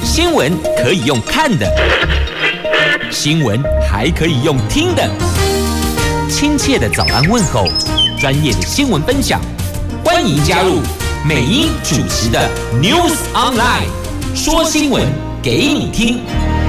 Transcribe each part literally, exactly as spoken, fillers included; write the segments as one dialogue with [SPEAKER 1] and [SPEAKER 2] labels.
[SPEAKER 1] 新闻可以用看的，新闻还可以用听的。亲切的早安问候，专业的新闻分享，欢迎加入美英主持的 News Online， 说新闻给你听。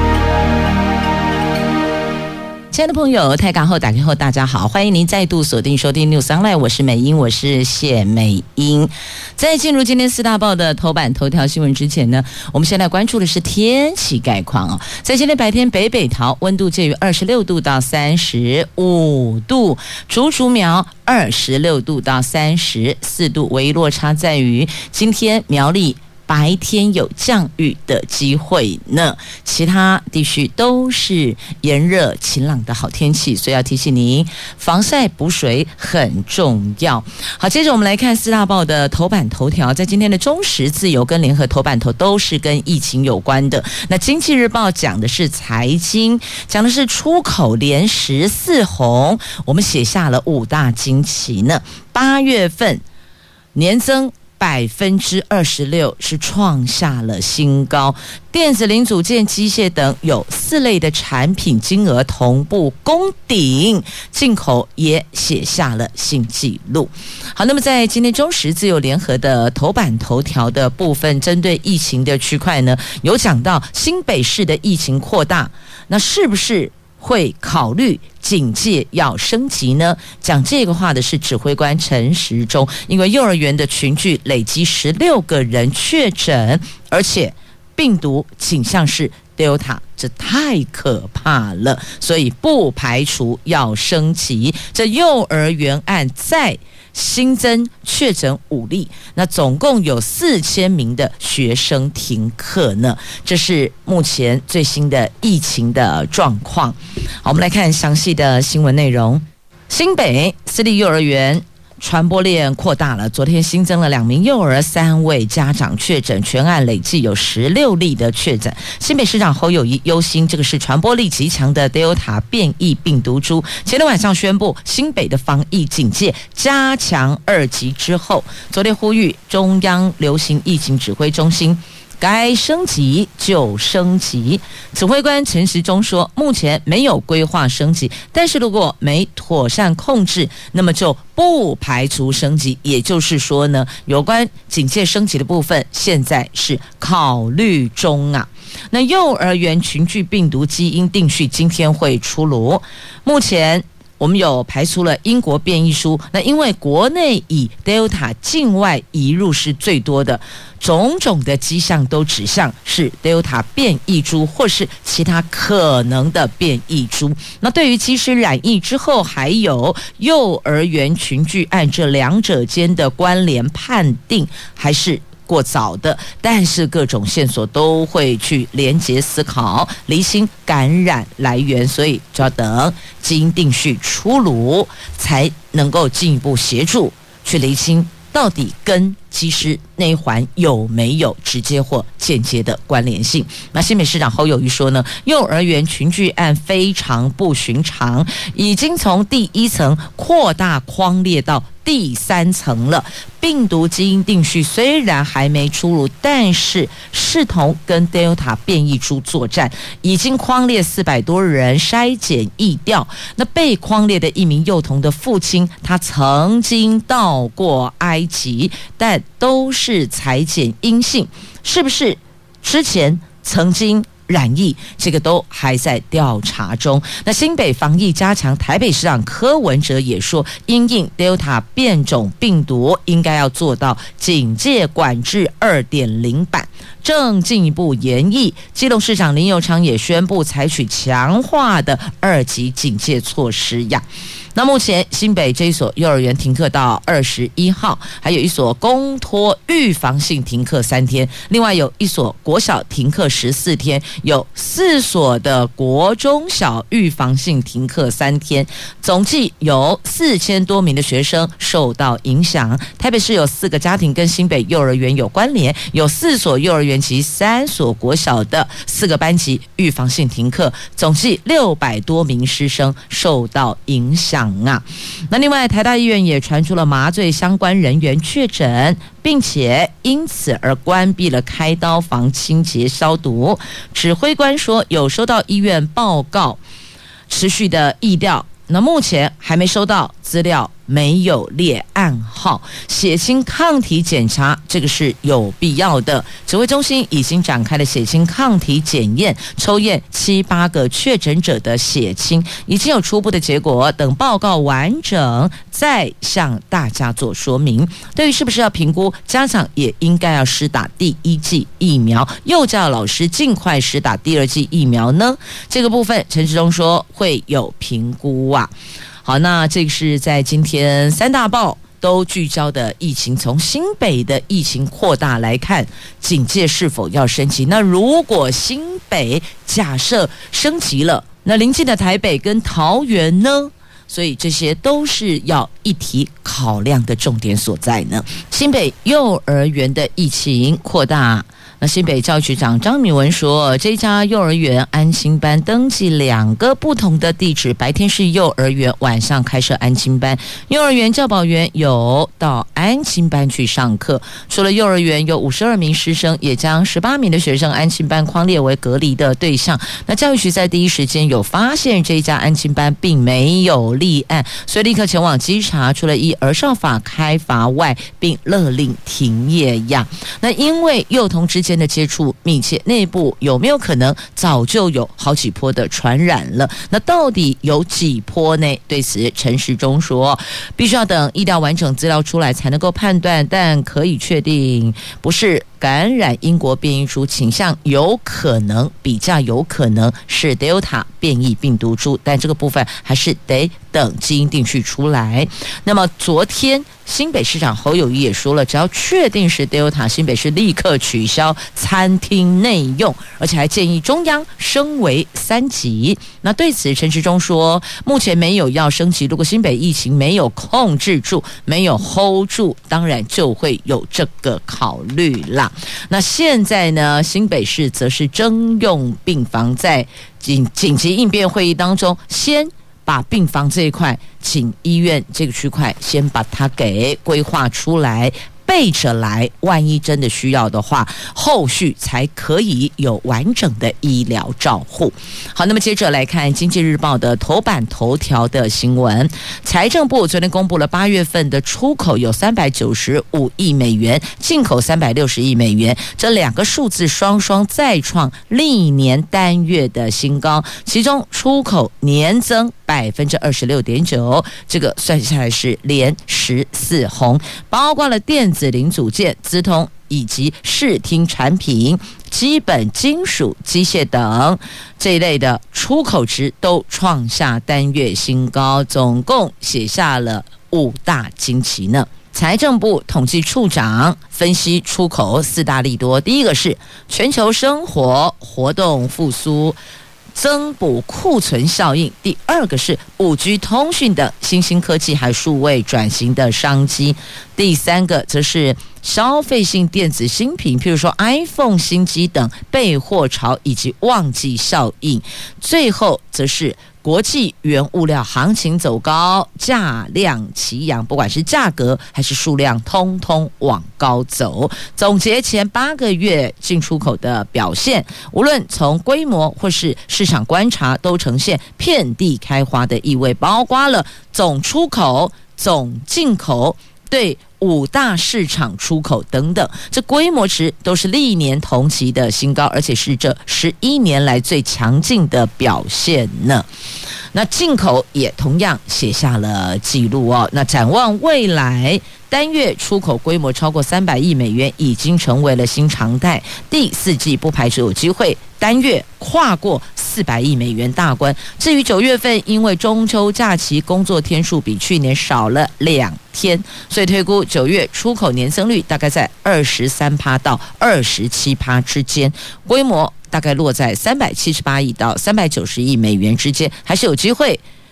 [SPEAKER 2] 亲爱的朋友，台港后打开后，大家好，欢迎您再度锁定收听 News Online， 我是美英，我是谢美英。在进入今天四大报的头版头条新闻之前呢，我们先来关注的是天气概况哦。在今天白天，北北桃温度介于二十六度到三十五度，竹竹苗二十六度到三十四度，唯一落差在于今天苗栗白天有降雨的机会呢，其他地区都是炎热晴朗的好天气，所以要提醒您防晒补水很重要。好，接着我们来看四大报的头版头条，在今天的中时、自由跟联合头版头都是跟疫情有关的。那经济日报讲的是财经，讲的是出口连十四红，我们写下了五大惊奇呢。八月份年增百分之二十六，是创下了新高。电子零组件、机械等有四类的产品金额同步攻顶，进口也写下了新纪录。好，那么在今天中时、自由联合的头版头条的部分，针对疫情的区块呢，有讲到新北市的疫情扩大，那是不是会考虑警戒要升级呢？讲这个话的是指挥官陈时中，因为幼儿园的群聚累积十六个人确诊，而且病毒倾向是 Delta， 这太可怕了，所以不排除要升级。这幼儿园案再新增确诊五例，那总共有四千名的学生停课呢。这是目前最新的疫情的状况。好，我们来看详细的新闻内容。新北私立幼儿园传播链扩大了，昨天新增了两名幼儿，三位家长确诊，全案累计有十六例的确诊。新北市长侯友宜忧心，这个是传播力极强的 Delta 变异病毒株。前天晚上宣布新北的防疫警戒加强二级之后，昨天呼吁中央流行疫情指挥中心该升级就升级。指挥官陈时中说，目前没有规划升级，但是如果没妥善控制，那么就不排除升级。也就是说呢，有关警戒升级的部分，现在是考虑中啊。那幼儿园群聚病毒基因定序今天会出炉，目前我们有排除了英国变异株，那因为国内以 Delta 境外移入是最多的，种种的迹象都指向是 Delta 变异株或是其他可能的变异株。那对于其实染疫之后还有幼儿园群聚案这两者间的关联判定还是过早的，但是各种线索都会去连结思考，厘清感染来源，所以就要等基因定序出炉，才能够进一步协助去厘清到底跟机师那一环有没有直接或间接的关联性。那新北市长侯友宜说呢，幼儿园群聚案非常不寻常，已经从第一层扩大框列到第三层了。病毒基因定序虽然还没出炉，但是视同跟 Delta 变异株作战，已经框列四百多人筛检疫调。那被框列的一名幼童的父亲，他曾经到过埃及，但都是采检阴性，是不是之前曾经染疫，这个都还在调查中。那新北防疫加强，台北市长柯文哲也说，因应 Delta 变种病毒，应该要做到警戒管制 二点零 版，正进一步研议。基隆市长林右昌也宣布采取强化的二级警戒措施呀。那目前新北这一所幼儿园停课到二十一号，还有一所公托预防性停课三天，另外有一所国小停课十四天，有四所的国中小预防性停课三天，总计有四千多名的学生受到影响。台北市有四个家庭跟新北幼儿园有关联，有四所幼儿园及三所国小的四个班级预防性停课，总计六百多名师生受到影响。 响啊。那另外，台大医院也传出了麻醉相关人员确诊，并且因此而关闭了开刀房清洁消毒。指挥官说，有收到医院报告，持续的疫调，那目前还没收到资料，没有列暗号。血清抗体检查，这个是有必要的。指挥中心已经展开了血清抗体检验，抽验七八个确诊者的血清，已经有初步的结果，等报告完整再向大家做说明。对于是不是要评估，家长也应该要施打第一剂疫苗，幼教老师尽快施打第二剂疫苗呢？这个部分陈时中说会有评估啊。好，那这个是在今天三大报都聚焦的疫情，从新北的疫情扩大来看，警戒是否要升级？那如果新北假设升级了，那邻近的台北跟桃园呢？所以这些都是要一提考量的重点所在呢。新北幼儿园的疫情扩大，那新北教育局长张敏文说，这家幼儿园安亲班登记两个不同的地址，白天是幼儿园，晚上开设安亲班。幼儿园教保员有到安亲班去上课，除了幼儿园有五十二名师生，也将十八名的学生安亲班匡列为隔离的对象。那教育局在第一时间有发现这一家安亲班并没有立案，所以立刻前往稽查，除了依儿少法开罚外，并勒令停业呀。那因为幼童之间的接触密切，内部有没有可能早就有好几波的传染了？那到底有几波呢？对此陈时中说，必须要等疫调完整资料出来才能够判断，但可以确定不是感染英国变异株倾向，有可能比较有可能是 Delta 变异病毒株，但这个部分还是得等基因定序出来。那么昨天新北市长侯友宜也说了，只要确定是 Delta， 新北市立刻取消餐厅内用，而且还建议中央升为三级。那对此陈时中说，目前没有要升级，如果新北疫情没有控制住，没有 hold 住，当然就会有这个考虑啦。那现在呢，新北市则是征用病房，在紧紧急应变会议当中，先把病房这一块，请医院这个区块先把它给规划出来，备着来，万一真的需要的话，后续才可以有完整的医疗照护。好，那么接着来看《经济日报》的头版头条的新闻。财政部昨天公布了八月份的出口有三百九十五亿美元，进口三百六十亿美元，这两个数字双双再创历年单月的新高，其中出口年增百分之二十六点九，这个算下来是连十四红，包括了电子零组件、资通以及视听产品、基本金属、机械等这一类的出口值都创下单月新高，总共写下了五大惊奇呢。财政部统计处长分析出口四大利多，第一个是全球生活活动复苏，增补库存效应，第二个是 五 G 通讯等新兴科技还数位转型的商机，第三个则是消费性电子新品，譬如说 iPhone 新机等备货潮以及旺季效应，最后则是国际原物料行情走高，价量齐扬，不管是价格还是数量，通通往高走。总结前八个月进出口的表现，无论从规模或是市场观察，都呈现遍地开花的意味，包括了总出口、总进口，对五大市场出口等等，这规模值都是历年同期的新高，而且是这十一年来最强劲的表现呢。那进口也同样写下了记录哦。那展望未来，单月出口规模超过三百亿美元已经成为了新常态，第四季不排除有机会单月跨过四百亿美元大关。至于九月份，因为中秋假期工作天数比去年少了两天，所以推估九月出口年增率大概在二十三趴到二十七趴之间，规模大概落在三百七十八亿到三百九十亿美元之间，还是有机会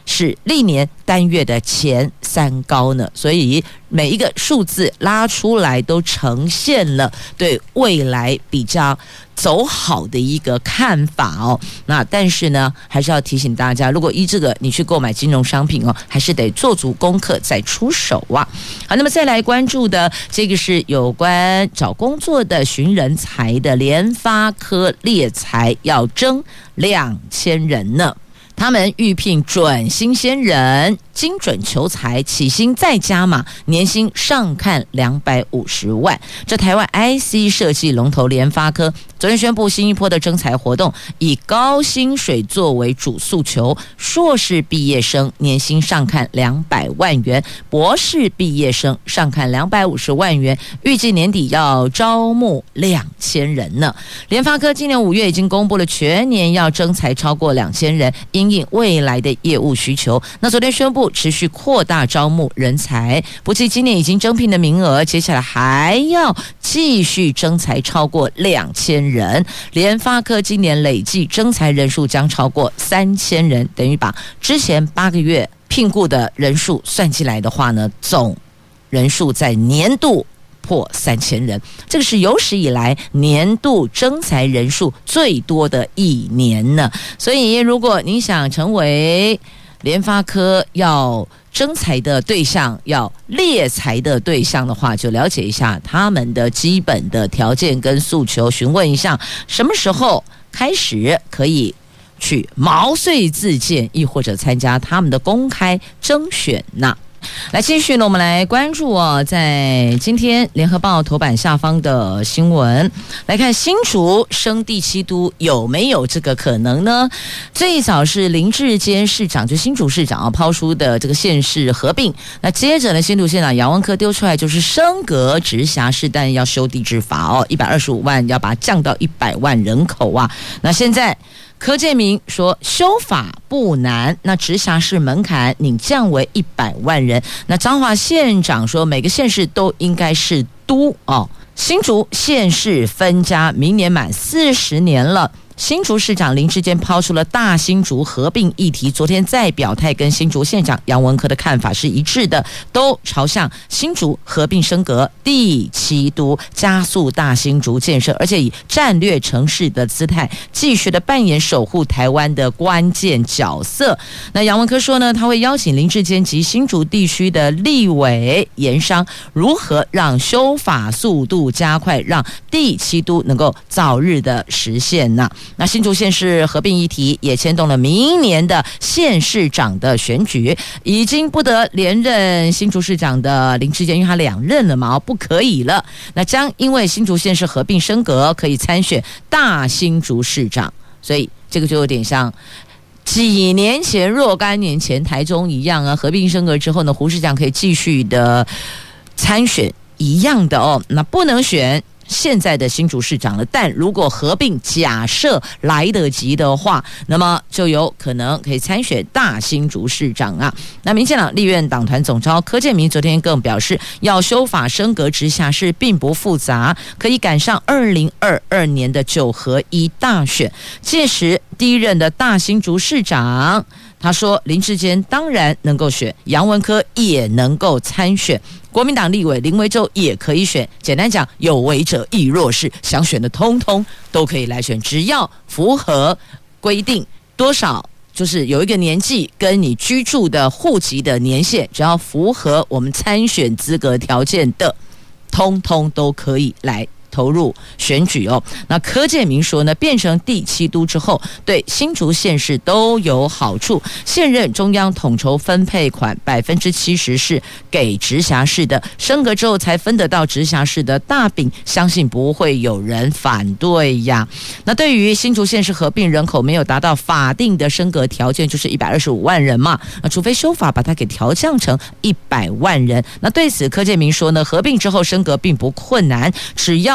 [SPEAKER 2] 是历年单月的前三高呢，所以每一个数字拉出来都呈现了对未来比较走好的一个看法哦。那但是呢，还是要提醒大家，如果依这个你去购买金融商品哦，还是得做足功课再出手啊。好，那么再来关注的这个是有关找工作的寻人才的，联发科猎才要征两千人呢。他们预聘准新鲜人，精准求才，起薪再加码，年薪上看两百五十万。这台湾 I C 设计龙头联发科昨天宣布新一波的征才活动，以高薪水作为主诉求，硕士毕业生年薪上看两百万元，博士毕业生上看两百五十万元，预计年底要招募两千人呢。联发科今年五月已经公布了全年要征才超过两千人，因应未来的业务需求，那昨天宣布持续扩大招募人才，不计今年已经征聘的名额，接下来还要继续征才超过两千人。联发科今年累计征才人数将超过三千人，等于把之前八个月聘雇的人数算进来的话呢，总人数在年度破三千人，这个是有史以来年度征才人数最多的一年呢。所以如果你想成为联发科要征才的对象，要猎才的对象的话，就了解一下他们的基本的条件跟诉求，询问一下什么时候开始可以去毛遂自荐，亦或者参加他们的公开征选呢。来，继续呢，我们来关注哦，在今天联合报头版下方的新闻，来看新竹升第七都有没有这个可能呢？最早是林志坚市长，就新竹市长啊抛出的这个县市合并，那接着呢，新竹县长杨文科丢出来就是升格直辖市，但要修地制法哦，一百二十五万要把它降到一百万人口啊。那现在柯建铭说修法不难，那直辖市门槛你降为一百万人。那彰化县长说每个县市都应该是都哦。新竹县市分家明年满四十年了。新竹市长林志坚抛出了大新竹合并议题，昨天再表态跟新竹县长杨文科的看法是一致的，都朝向新竹合并升格第七都，加速大新竹建设，而且以战略城市的姿态继续的扮演守护台湾的关键角色。那杨文科说呢，他会邀请林志坚及新竹地区的立委研商如何让修法速度加快，让第七都能够早日的实现呢。那新竹县市合并议题也牵动了明年的县市长的选举，已经不得连任新竹市长的林志坚，因为他两任了嘛，不可以了。那将因为新竹县市合并升格，可以参选大新竹市长，所以这个就有点像几年前若干年前台中一样啊，合并升格之后呢，胡市长可以继续的参选一样的哦。那不能选现在的新竹市长了，但如果合并假设来得及的话，那么就有可能可以参选大新竹市长啊。那民进党立院党团总召柯建铭昨天更表示，要修法升格直辖市并不复杂，可以赶上二零二二年的九合一大选，届时第一任的大新竹市长，他说林志坚当然能够选，杨文科也能够参选，国民党立委林维洲也可以选。简单讲，有为者亦若是，想选的通通都可以来选，只要符合规定多少，就是有一个年纪跟你居住的户籍的年限，只要符合我们参选资格条件的，通通都可以来投入选举哦。那柯建铭说呢，变成第七都之后，对新竹县市都有好处。现任中央统筹分配款百分之七十是给直辖市的，升格之后才分得到直辖市的大饼，相信不会有人反对呀。那对于新竹县市合并人口没有达到法定的升格条件，就是一百二十五万人嘛，那除非修法把它给调降成一百万人。那对此柯建铭说呢，合并之后升格并不困难，只要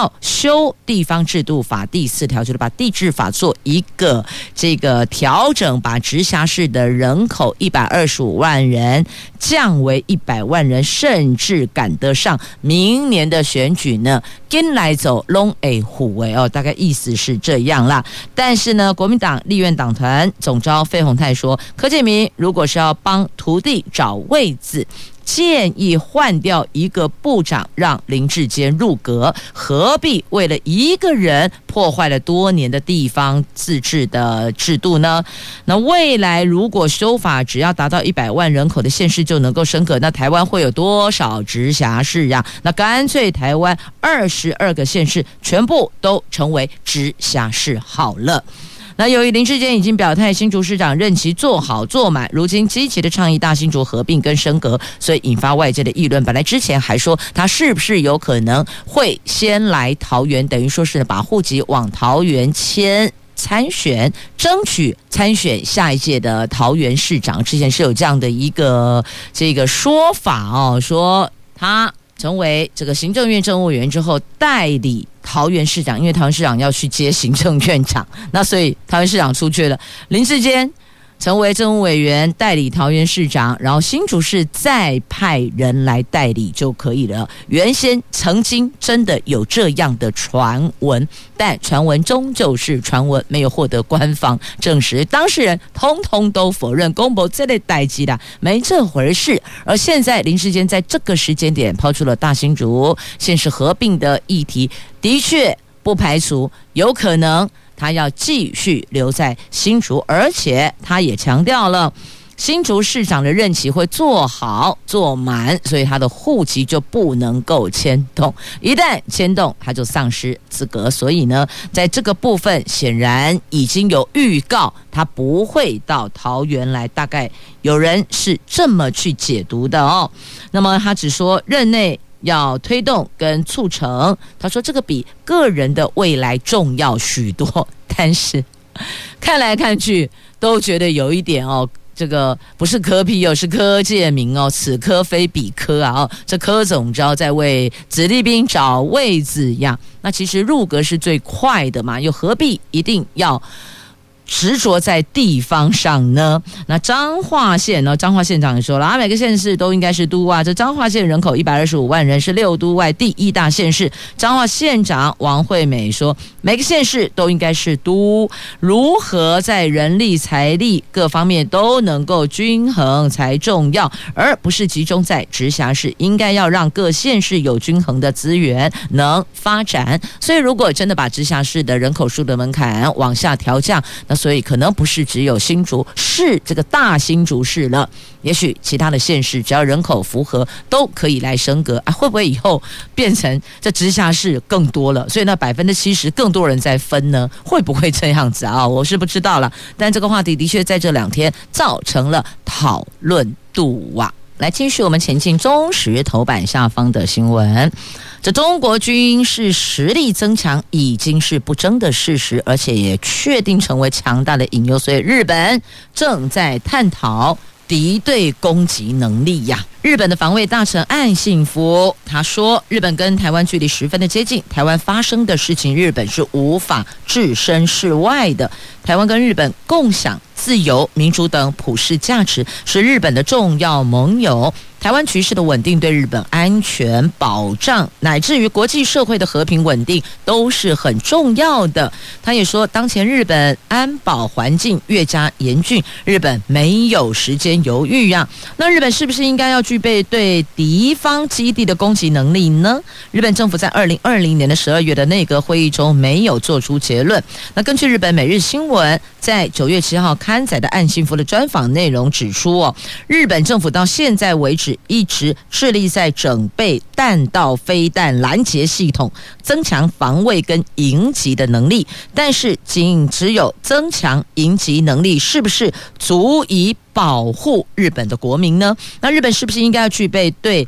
[SPEAKER 2] 要修地方制度法第四条，就是把地制法做一个这个调整，把直辖市的人口一百二十五万人降为一百万人，甚至赶得上明年的选举呢，跟来走龙诶虎诶哦，大概意思是这样啦。但是呢，国民党立院党团总召费鸿泰说，柯建铭如果是要帮土地找位子，建议换掉一个部长，让林智坚入阁，何必为了一个人破坏了多年的地方自治的制度呢？那未来如果修法只要达到一百万人口的县市就能够升格，那台湾会有多少直辖市啊？那干脆台湾二十二个县市全部都成为直辖市好了。那由于林智坚已经表态新竹市长任期做好做满，如今积极的倡议大新竹合并跟升格，所以引发外界的议论。本来之前还说他是不是有可能会先来桃园，等于说是把户籍往桃园迁参选，争取参选下一届的桃园市长。之前是有这样的一个这个说法哦，说他成为这个行政院政务委员之后代理桃园市长，因为桃园市长要去接行政院长，那所以桃园市长出去了，林智坚成为政务委员代理桃园市长，然后新竹市再派人来代理就可以了。原先曾经真的有这样的传闻，但传闻终究是传闻，没有获得官方证实，当事人通通都否认公布这类代志的，没这回事。而现在林智坚在这个时间点抛出了大新竹县市合并的议题，的确不排除有可能他要继续留在新竹，而且他也强调了新竹市长的任期会做好做满，所以他的户籍就不能够迁动，一旦迁动他就丧失资格。所以呢，在这个部分显然已经有预告他不会到桃园来，大概有人是这么去解读的哦。那么他只说任内要推动跟促成，他说这个比个人的未来重要许多，但是看来看去都觉得有一点哦，这个不是柯 P 哦，是柯建铭哦，此科非彼科啊哦，这柯总召在为子弟兵找位子呀，那其实入阁是最快的嘛，又何必一定要执着在地方上呢？那彰化县呢？彰化县长也说了啊，每个县市都应该是都啊。这彰化县人口一百二十五万人，是六都外第一大县市。彰化县长王惠美说，每个县市都应该是都，如何在人力、财力各方面都能够均衡才重要，而不是集中在直辖市。应该要让各县市有均衡的资源能发展。所以，如果真的把直辖市的人口数的门槛往下调降，那所以可能不是只有新竹市这个大新竹市了，也许其他的县市只要人口符合都可以来升格啊，会不会以后变成这直辖市更多了，所以那百分之七十更多人在分呢？会不会这样子啊？我是不知道了，但这个话题的确在这两天造成了讨论度啊。来继续我们前进中时头版下方的新闻，这中国军事实力增强已经是不争的事实，而且也确定成为强大的隐忧，所以日本正在探讨敌对攻击能力呀。日本的防卫大臣岸信夫他说，日本跟台湾距离十分的接近，台湾发生的事情日本是无法置身事外的，台湾跟日本共享自由、民主等普世价值，是日本的重要盟友。台湾局势的稳定对日本安全保障乃至于国际社会的和平稳定都是很重要的。他也说，当前日本安保环境越加严峻，日本没有时间犹豫呀、啊。那日本是不是应该要具备对敌方基地的攻击能力呢？日本政府在二零二零年的十二月的内阁会议中没有做出结论。那根据日本每日新闻在九月七号刊载的岸信夫的专访内容指出哦，日本政府到现在为止一直致力在整备弹道飞弹拦截系统，增强防卫跟迎击的能力，但是仅只有增强迎击能力是不是足以保护日本的国民呢？那日本是不是应该要具备对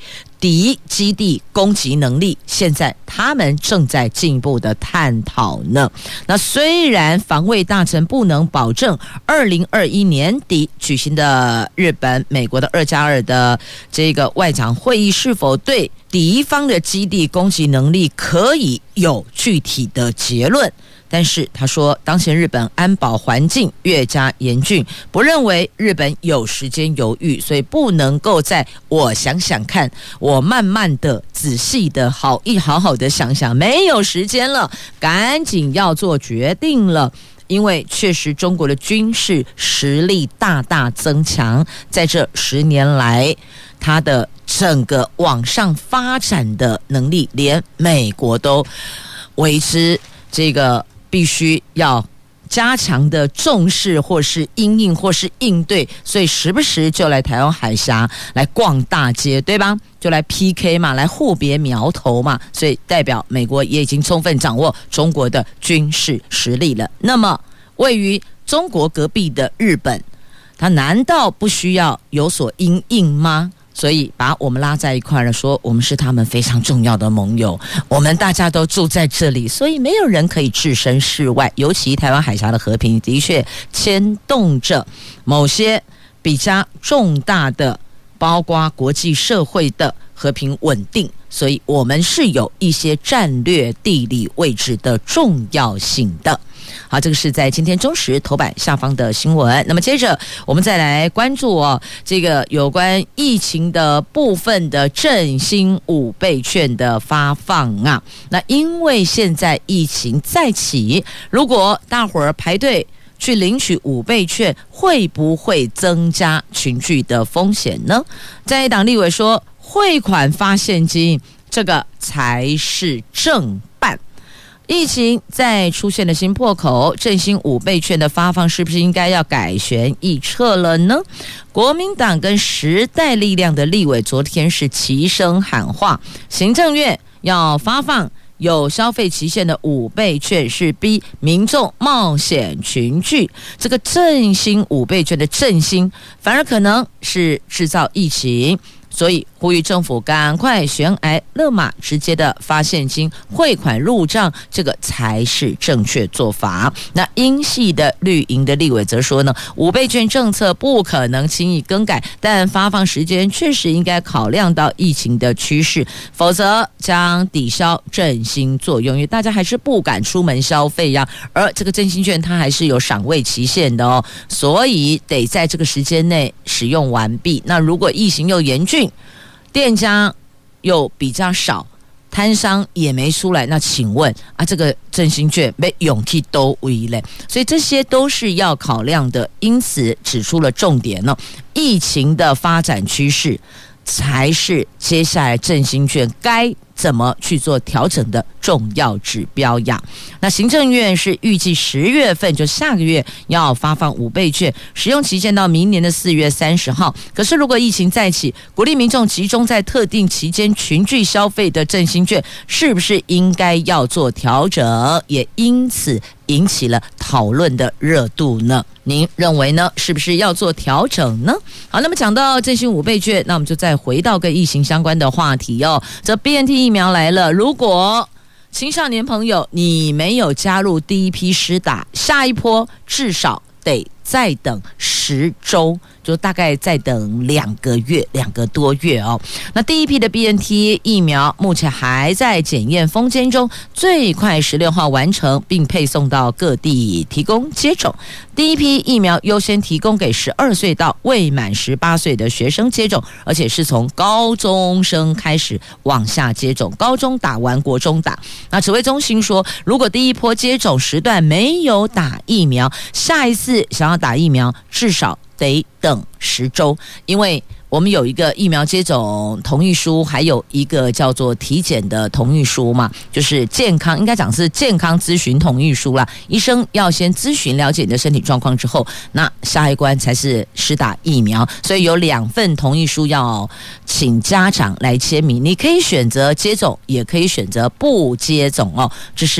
[SPEAKER 2] 敌基地攻击能力，现在他们正在进一步的探讨呢。那虽然防卫大臣不能保证二零二一年底举行的日本、美国的二加二的这个外长会议是否对敌方的基地攻击能力可以有具体的结论，但是他说，当前日本安保环境越加严峻，不认为日本有时间犹豫，所以不能够在我想想看，我慢慢的、仔细的、好一好好的想想，没有时间了，赶紧要做决定了。因为确实中国的军事实力大大增强，在这十年来，它的整个往上发展的能力，连美国都为之这个必须要加强的重视，或是因应，或是应对，所以时不时就来台湾海峡来逛大街，对吧？就来 P K 嘛，来互别苗头嘛，所以代表美国也已经充分掌握中国的军事实力了。那么位于中国隔壁的日本，它难道不需要有所因应吗？所以把我们拉在一块了，说我们是他们非常重要的盟友，我们大家都住在这里，所以没有人可以置身事外。尤其台湾海峡的和平的确牵动着某些比较重大的，包括国际社会的和平稳定，所以我们是有一些战略地理位置的重要性的。好，这个是在今天中时头版下方的新闻。那么接着我们再来关注哦，这个有关疫情的部分的振兴五倍券的发放啊。那因为现在疫情再起，如果大伙儿排队去领取五倍券，会不会增加群聚的风险呢？在野党立委说，汇款发现金，这个才是正办。疫情再出现了新破口，振兴五倍券的发放是不是应该要改弦易辙了呢？国民党跟时代力量的立委昨天是齐声喊话，行政院要发放有消费期限的五倍券，是逼民众冒险群聚。这个振兴五倍券的振兴，反而可能是制造疫情。所以呼吁政府赶快悬崖勒马，直接的发现金汇款入账，这个才是正确做法。那英系的绿营的立委则说呢，五倍券政策不可能轻易更改，但发放时间确实应该考量到疫情的趋势，否则将抵消振兴作用，因为大家还是不敢出门消费呀。而这个振兴券它还是有赏味期限的哦，所以得在这个时间内使用完毕。那如果疫情又严峻，店家又比较少，摊商也没出来，那请问啊，这个振兴券被勇气都为嘞，所以这些都是要考量的。因此指出了重点呢、哦，疫情的发展趋势才是接下来振兴券该怎么去做调整的重要指标呀。那行政院是预计十月份，就下个月要发放五倍券，使用期限到明年的四月三十号。可是如果疫情再起，鼓励民众集中在特定期间群聚消费的振兴券，是不是应该要做调整？也因此引起了讨论的热度呢？您认为呢？是不是要做调整呢？好，那么讲到振兴五倍券，那我们就再回到跟疫情相关的话题哦。这 B N T 疫苗来了，如果青少年朋友你没有加入第一批施打，下一波至少得再等十周，就大概再等两个月，两个多月哦。那第一批的 B N T 疫苗目前还在检验封签中，最快十六号完成，并配送到各地提供接种。第一批疫苗优先提供给十二岁到未满十八岁的学生接种，而且是从高中生开始往下接种，高中打完国中打。那指挥中心说，如果第一波接种时段没有打疫苗，下一次想要打疫苗至少得等十周，因为我们有一个疫苗接种同意书，还有一个叫做体检的同意书嘛，就是健康，应该讲是健康咨询同意书啦。医生要先咨询了解你的身体状况之后，那下一关才是施打疫苗，所以有两份同意书要请家长来签名。你可以选择接种，也可以选择不接种哦，这是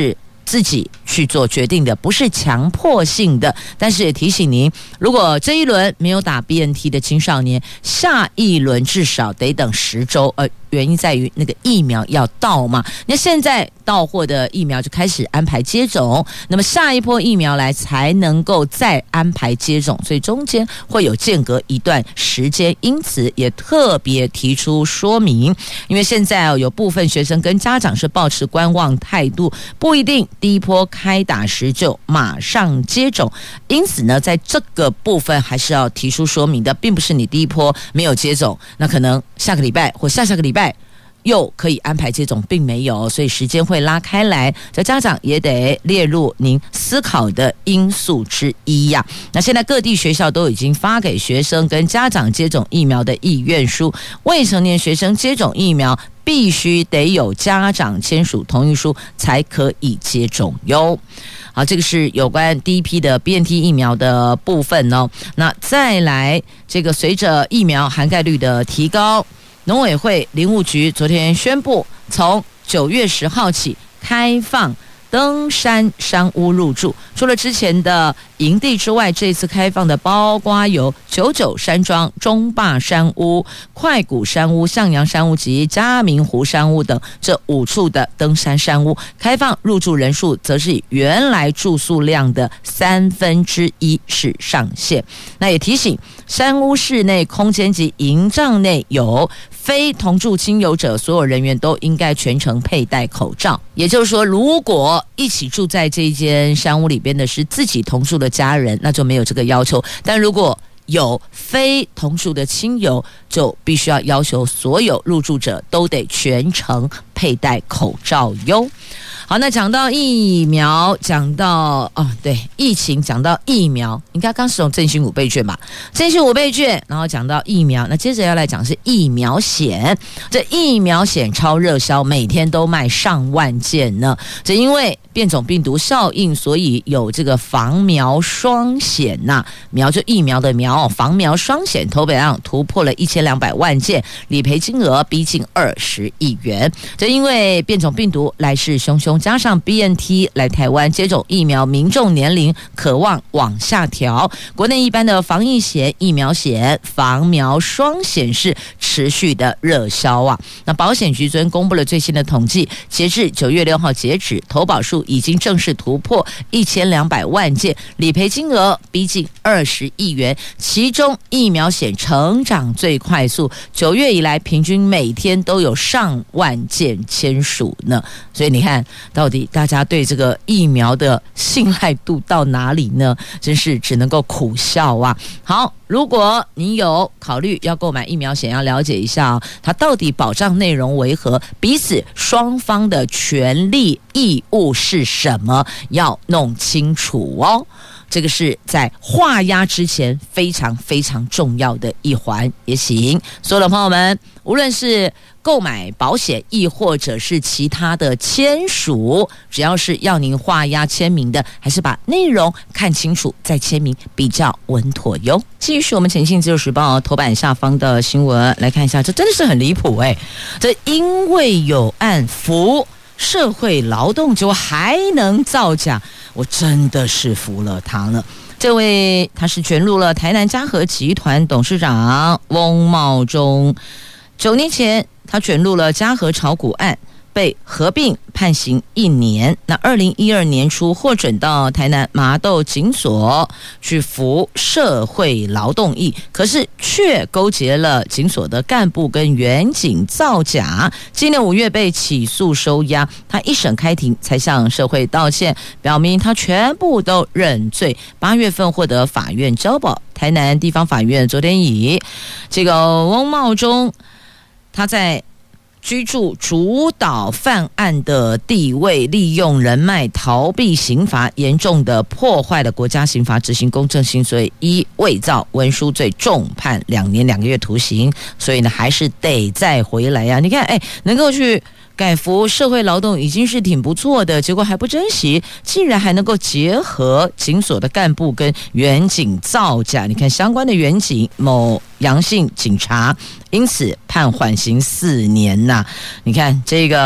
[SPEAKER 2] 自己去做决定的，不是强迫性的。但是也提醒您，如果这一轮没有打 B N T 的青少年，下一轮至少得等十周。呃，原因在于那个疫苗要到嘛。那现在到货的疫苗就开始安排接种，那么下一波疫苗来才能够再安排接种，所以中间会有间隔一段时间。因此也特别提出说明，因为现在、哦、有部分学生跟家长是抱持观望态度，不一定第一波开打时就马上接种，因此呢，在这个部分还是要提出说明的，并不是你第一波没有接种，那可能下个礼拜或下下个礼拜又可以安排接种，并没有，所以时间会拉开来，这家长也得列入您思考的因素之一呀、啊。那现在各地学校都已经发给学生跟家长接种疫苗的意愿书，未成年学生接种疫苗必须得有家长签署同意书才可以接种哟。好，这个是有关第一批的 B N T 疫苗的部分哦。那再来，这个随着疫苗涵盖率的提高，农委会林务局昨天宣布，从九月十号起开放登山山屋入住。除了之前的营地之外，这次开放的包括有九九山庄、中坝山屋、快谷山屋、向阳山屋及嘉明湖山屋等这五处的登山山屋，开放入住人数则是以原来住宿量的三分之一是上限。那也提醒，山屋室内空间及营帐内有非同住亲友者，所有人员都应该全程佩戴口罩。也就是说，如果一起住在这一间山屋里边的是自己同住的家人，那就没有这个要求，但如果有非同住的亲友，就必须要要求所有入住者都得全程佩戴口罩哟。好，那讲到疫苗，讲到哦，对，疫情，讲到疫苗，应该刚使用振兴五倍券吧？振兴五倍券，然后讲到疫苗，那接着要来讲是疫苗险。这疫苗险超热销，每天都卖上万件呢。这因为变种病毒效应，所以有这个防苗双险呐、啊，苗就疫苗的苗，防苗双险投保量突破了一千两百万件，理赔金额逼近二十亿元。这因为变种病毒来势汹汹，加上 B N T 来台湾接种疫苗民众年龄渴望往下调，国内一般的防疫险、疫苗险、防苗双险是持续的热销啊。那保险局昨天公布了最新的统计，截至九月六号截止，投保数已经正式突破一千两百万件，理赔金额逼近二十亿元，其中疫苗险成长最快速，九月以来平均每天都有上万件签署呢。所以你看，到底大家对这个疫苗的信赖度到哪里呢？真是只能够苦笑啊。好，如果你有考虑要购买疫苗险，要了解一下、哦、它到底保障内容为何，彼此双方的权利义务是什么，要弄清楚哦。这个是在画押之前非常非常重要的一环也行。所有的朋友们，无论是购买保险亦或者是其他的签署，只要是要您画押签名的，还是把内容看清楚再签名比较稳妥哟。继续我们前信自由时报头版下方的新闻来看一下，这真的是很离谱哎！这因为有案服社会劳动就还能造假，我真的是服了他了。这位他是卷入了台南嘉禾集团董事长翁茂忠，九年前他卷入了嘉禾炒股案，被合并判刑一年。那二零一二年初获准到台南麻豆警所去服社会劳动役，可是却勾结了警所的干部跟员警造假。今年五月被起诉收押，他一审开庭才向社会道歉，表明他全部都认罪。八月份获得法院交保，台南地方法院昨天以这个翁茂忠他在居住主导犯案的地位，利用人脉逃避刑罚，严重的破坏了国家刑罚执行公正性，所以依伪造文书罪重判两年两个月徒刑。所以呢，还是得再回来呀、啊！你看，哎，能够去改服社会劳动已经是挺不错的，结果还不珍惜，竟然还能够结合警所的干部跟员警造假。你看相关的员警某杨姓警察，因此判缓刑四年呐、啊。你看这个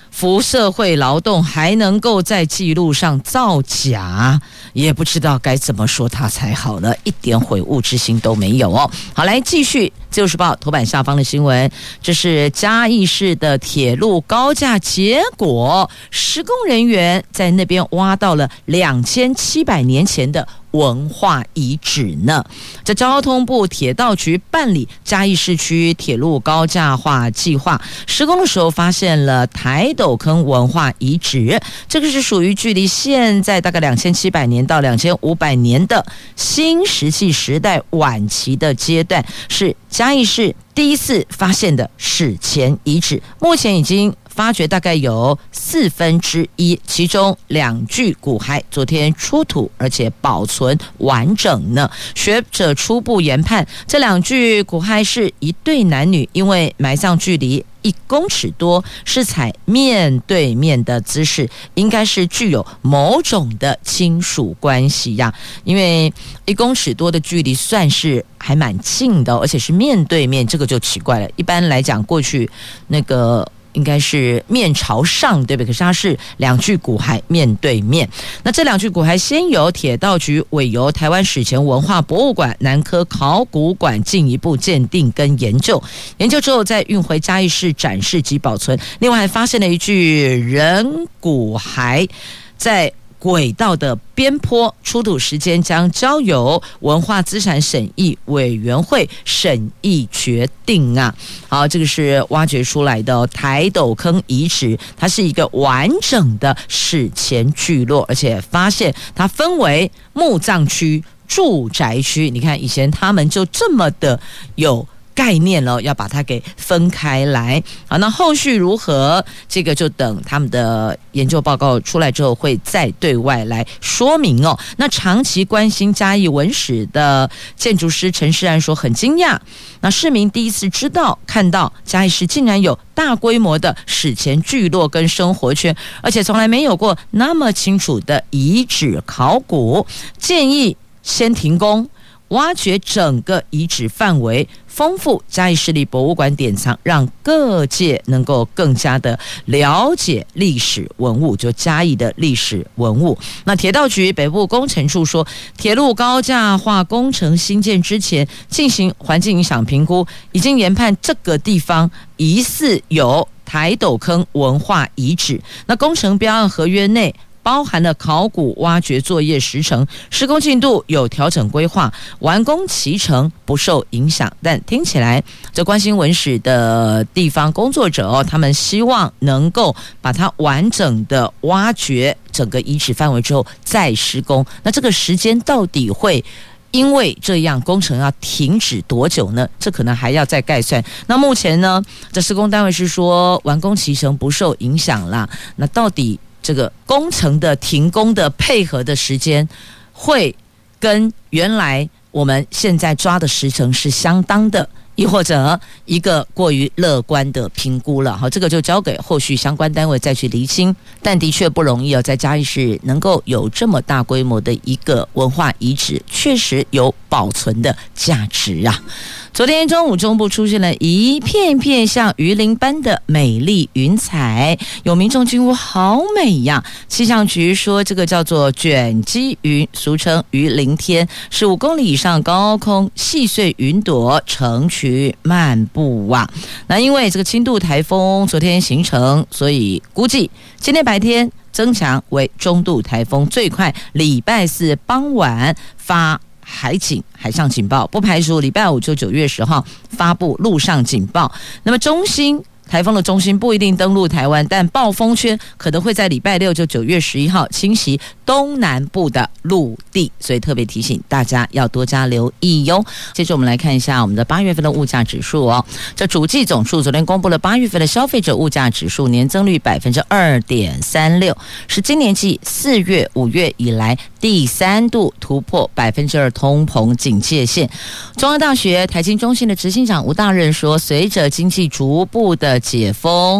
[SPEAKER 2] 辐射会劳动还能够在记录上造假，也不知道该怎么说他才好了，一点悔悟之心都没有哦。好，来继续自由时报头版下方的新闻，这是嘉义市的铁路高架，结果施工人员在那边挖到了两千七百年前的文化遗址呢。这交通部铁道局办理嘉义市区铁路高架化计划，施工的时候发现了台斗坑文化遗址，这个是属于距离现在大概两千七百年到两千五百年的新石器时代晚期的阶段，是嘉义市第一次发现的史前遗址，目前已经发掘大概有四分之一，其中两具骨骸昨天出土，而且保存完整呢。学者初步研判，这两具骨骸是一对男女，因为埋葬距离一公尺多，是采面对面的姿势，应该是具有某种的亲属关系呀。因为一公尺多的距离算是还蛮近的，而且是面对面，这个就奇怪了。一般来讲，过去那个应该是面朝上，对不对？可是它是两具骨骸面对面。那这两具骨骸先由铁道局委由台湾史前文化博物馆南科考古馆进一步鉴定跟研究，研究之后再运回嘉义市展示及保存。另外还发现了一具人骨骸，在轨道的边坡，出土时间将交由文化资产审议委员会审议决定啊。好，这个是挖掘出来的台斗坑遗址，它是一个完整的史前聚落，而且发现它分为墓葬区、住宅区。你看以前他们就这么的有概念了，要把它给分开来。好，那后续如何，这个就等他们的研究报告出来之后会再对外来说明哦。那长期关心嘉义文史的建筑师陈世安说很惊讶，那市民第一次知道看到嘉义市竟然有大规模的史前聚落跟生活圈，而且从来没有过那么清楚的遗址考古，建议先停工，挖掘整个遗址范围，丰富嘉义市立博物馆典藏，让各界能够更加的了解历史文物，就嘉义的历史文物。那铁道局北部工程处说，铁路高架化工程兴建之前进行环境影响评估，已经研判这个地方疑似有台斗坑文化遗址。那工程标案合约内包含了考古挖掘作业时程，施工进度有调整规划，完工期程不受影响。但听起来这关心文史的地方工作者哦，他们希望能够把它完整的挖掘整个遗址范围之后再施工。那这个时间到底会因为这样工程要停止多久呢？这可能还要再概算。那目前呢，这施工单位是说完工期程不受影响啦。那到底这个工程的停工的配合的时间会跟原来我们现在抓的时程是相当的，亦或者一个过于乐观的评估了？好，这个就交给后续相关单位再去厘清。但的确不容易哦，在嘉义市能够有这么大规模的一个文化遗址，确实有保存的价值啊。昨天中午中部出现了一片片像鱼鳞般的美丽云彩，有民众惊呼好美呀！气象局说这个叫做卷积云，俗称鱼鳞天，是五公里以上高空细碎云朵成群漫步啊。那因为这个轻度台风昨天形成，所以估计今天白天增强为中度台风，最快礼拜四傍晚发海警海上警报，不排除礼拜五就九月十号发布陆上警报。那么中心台风的中心不一定登陆台湾，但暴风圈可能会在礼拜六就九月十一号侵袭东南部的陆地，所以特别提醒大家要多加留意哟。接着我们来看一下我们的八月份的物价指数哦。这主计总处昨天公布了八月份的消费者物价指数年增率百分之二点三六，是今年继四月、五月以来第三度突破百分之二通膨警戒线。中央大学财经中心的执行长吴大任说，随着经济逐步的解封，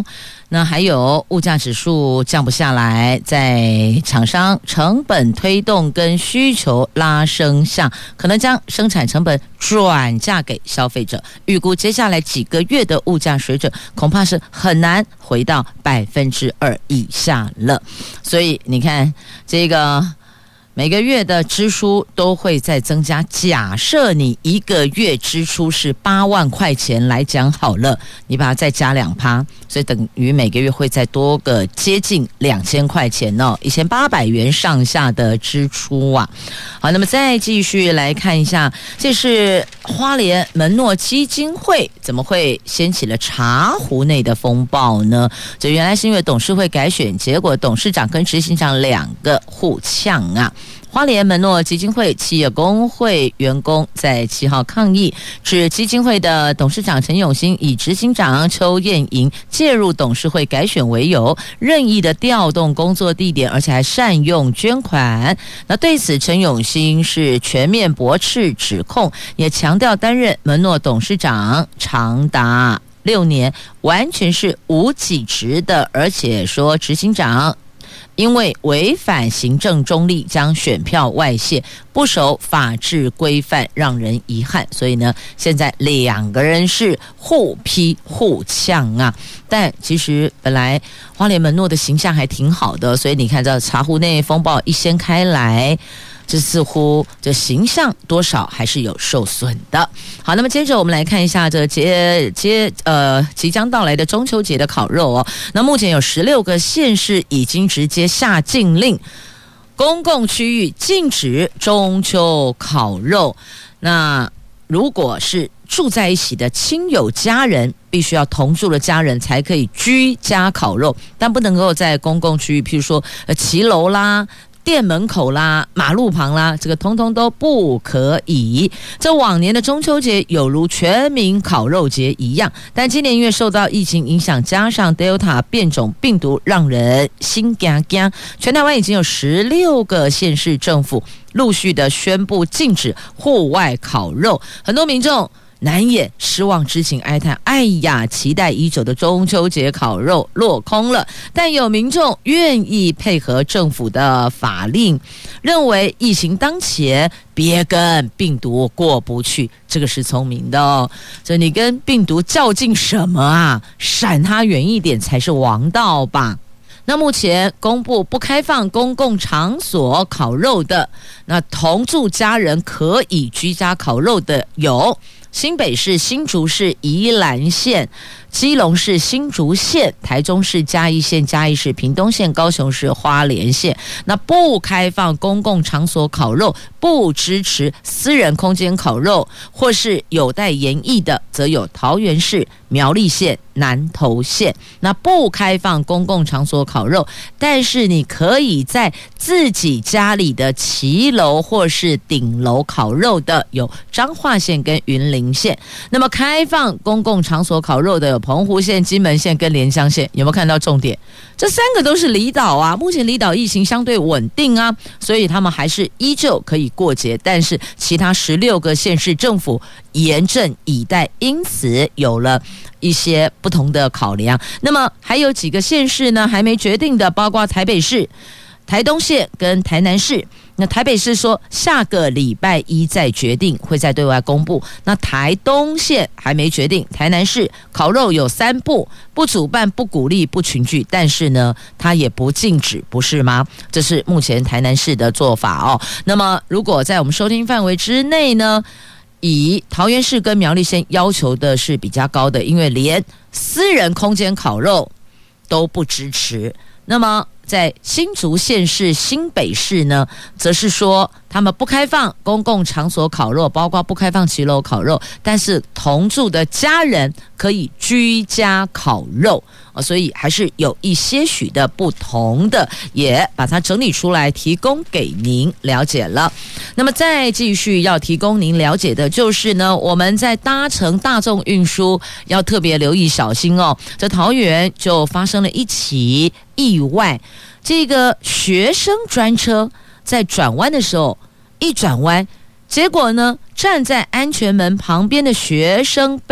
[SPEAKER 2] 那还有物价指数降不下来，在厂商成本推动跟需求拉升下，可能将生产成本转嫁给消费者。预估接下来几个月的物价水准恐怕是很难回到百分之二以下了。所以你看这个每个月的支出都会再增加，假设你一个月支出是八万块钱来讲好了，你把它再加两趴，所以等于每个月会再多个接近两千块钱哦，一千八百元上下的支出啊。好，那么再继续来看一下，这是花莲门诺基金会怎么会掀起了茶壶内的风暴呢？这原来是因为董事会改选，结果董事长跟执行长两个互呛啊。花莲门诺基金会企业工会员工在七号抗议，指基金会的董事长陈永兴以执行长邱燕莹介入董事会改选为由，任意的调动工作地点，而且还善用捐款。那对此，陈永兴是全面驳斥指控，也强调担任门诺董事长长达六年，完全是无给职的，而且说执行长因为违反行政中立，将选票外泄，不守法治规范，让人遗憾。所以呢，现在两个人是互批互呛啊。但其实本来花莲门诺的形象还挺好的，所以你看这茶壶内风暴一掀开来，这似乎这形象多少还是有受损的。好，那么接着我们来看一下这接接呃即将到来的中秋节的烤肉哦。那目前有十六个县市已经直接下禁令，公共区域禁止中秋烤肉。那如果是住在一起的亲友家人，必须要同住的家人才可以居家烤肉，但不能够在公共区域，譬如说呃骑楼啦、店门口啦、马路旁啦，这个通通都不可以。这往年的中秋节有如全民烤肉节一样，但今年因为受到疫情影响，加上 Delta 变种病毒，让人心惊惊。全台湾已经有十六个县市政府陆续的宣布禁止户外烤肉，很多民众难掩失望之情，哀叹哎呀，期待已久的中秋节烤肉落空了。但有民众愿意配合政府的法令，认为疫情当前，别跟病毒过不去，这个是聪明的哦。所以你跟病毒较劲什么啊？闪它远一点才是王道吧。那目前公布不开放公共场所烤肉的，那同住家人可以居家烤肉的有新北市、新竹市、宜兰县、基隆市、新竹县、台中市、嘉义县、嘉义市、屏东县、高雄市、花莲县。那不开放公共场所烤肉，不支持私人空间烤肉，或是有待研议的，则有桃园市、苗栗县、南投县。那不开放公共场所烤肉，但是你可以在自己家里的骑楼或是顶楼烤肉的，有彰化县跟云林县。那么开放公共场所烤肉的有澎湖县、金门县跟连江县。有没有看到重点？这三个都是离岛啊，目前离岛疫情相对稳定啊，所以他们还是依旧可以过节，但是其他十六个县市政府严阵以待，因此有了一些不同的考量。那么还有几个县市呢还没决定的，包括台北市、台东县跟台南市。那台北市说下个礼拜一再决定，会再对外公布。那台东县还没决定。台南市烤肉有三不：不主办、不鼓励、不群聚，但是呢它也不禁止，不是吗？这是目前台南市的做法哦。那么如果在我们收听范围之内呢，以桃园市跟苗栗县要求的是比较高的，因为连私人空间烤肉都不支持。那么在新竹县市、新北市呢，则是说他们不开放公共场所烤肉，包括不开放骑楼烤肉，但是同住的家人可以居家烤肉，哦，所以还是有一些许的不同的，也把它整理出来提供给您了解了。那么再继续要提供您了解的就是呢，我们在搭乘大众运输要特别留意小心哦。这桃园就发生了一起意外，这个学生专车在转弯的时候一转弯，结果呢站在安全门旁边的学生被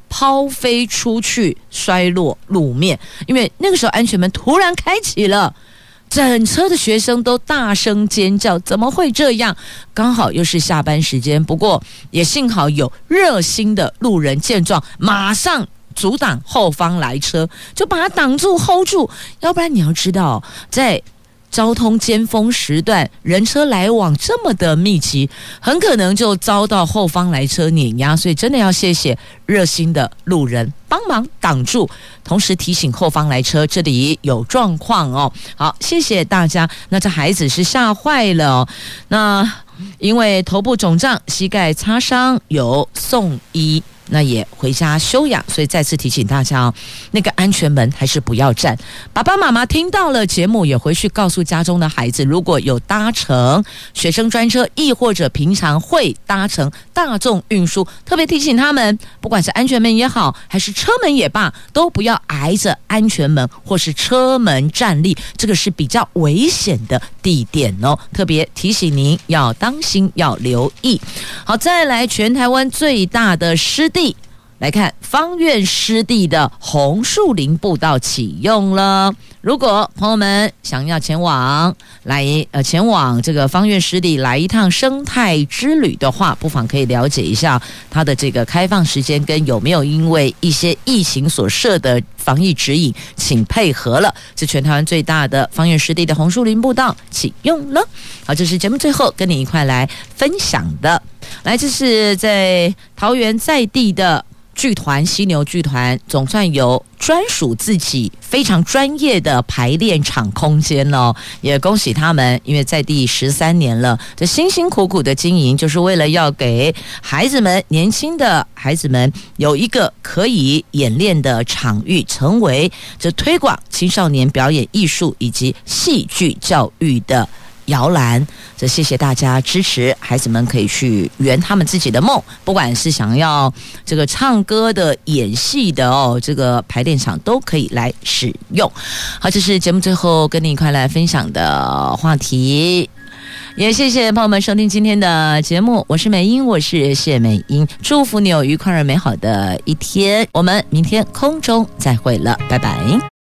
[SPEAKER 2] 抛飞出去，摔落路面。因为那个时候安全门突然开启了，整车的学生都大声尖叫，怎么会这样？刚好又是下班时间，不过也幸好有热心的路人见状，马上阻挡后方来车，就把它挡住 hold 住。要不然你要知道，在交通尖峰时段，人车来往这么的密集，很可能就遭到后方来车碾压，所以真的要谢谢热心的路人帮忙挡住，同时提醒后方来车这里有状况哦。好，谢谢大家。那这孩子是吓坏了哦，那因为头部肿胀、膝盖擦伤，有送医。那也回家休养，所以再次提醒大家哦，那个安全门还是不要站。爸爸妈妈听到了节目，也回去告诉家中的孩子，如果有搭乘学生专车，亦或者平常会搭乘大众运输，特别提醒他们，不管是安全门也好，还是车门也罢，都不要挨着安全门或是车门站立，这个是比较危险的地点哦。特别提醒您要当心，要留意。好，再来，全台湾最大的湿地。来看芳苑湿地的红树林步道启用了。如果朋友们想要前往来呃前往这个芳苑湿地来一趟生态之旅的话，不妨可以了解一下它的这个开放时间跟有没有因为一些疫情所设的防疫指引，请配合了。这全台湾最大的芳苑湿地的红树林步道启用了。好，这是节目最后跟你一块来分享的。来，这是在桃园在地的剧团犀牛剧团，总算有专属自己非常专业的排练场空间了，也恭喜他们，因为在地十三年了，这辛辛苦苦的经营，就是为了要给孩子们、年轻的孩子们有一个可以演练的场域，成为这推广青少年表演艺术以及戏剧教育的摇篮。这谢谢大家支持，孩子们可以去圆他们自己的梦，不管是想要这个唱歌的、演戏的哦，这个排练场都可以来使用。好，这是节目最后跟你一块来分享的话题。也谢谢朋友们收听今天的节目，我是美英，我是谢美英，祝福你有愉快而美好的一天，我们明天空中再会了，拜拜。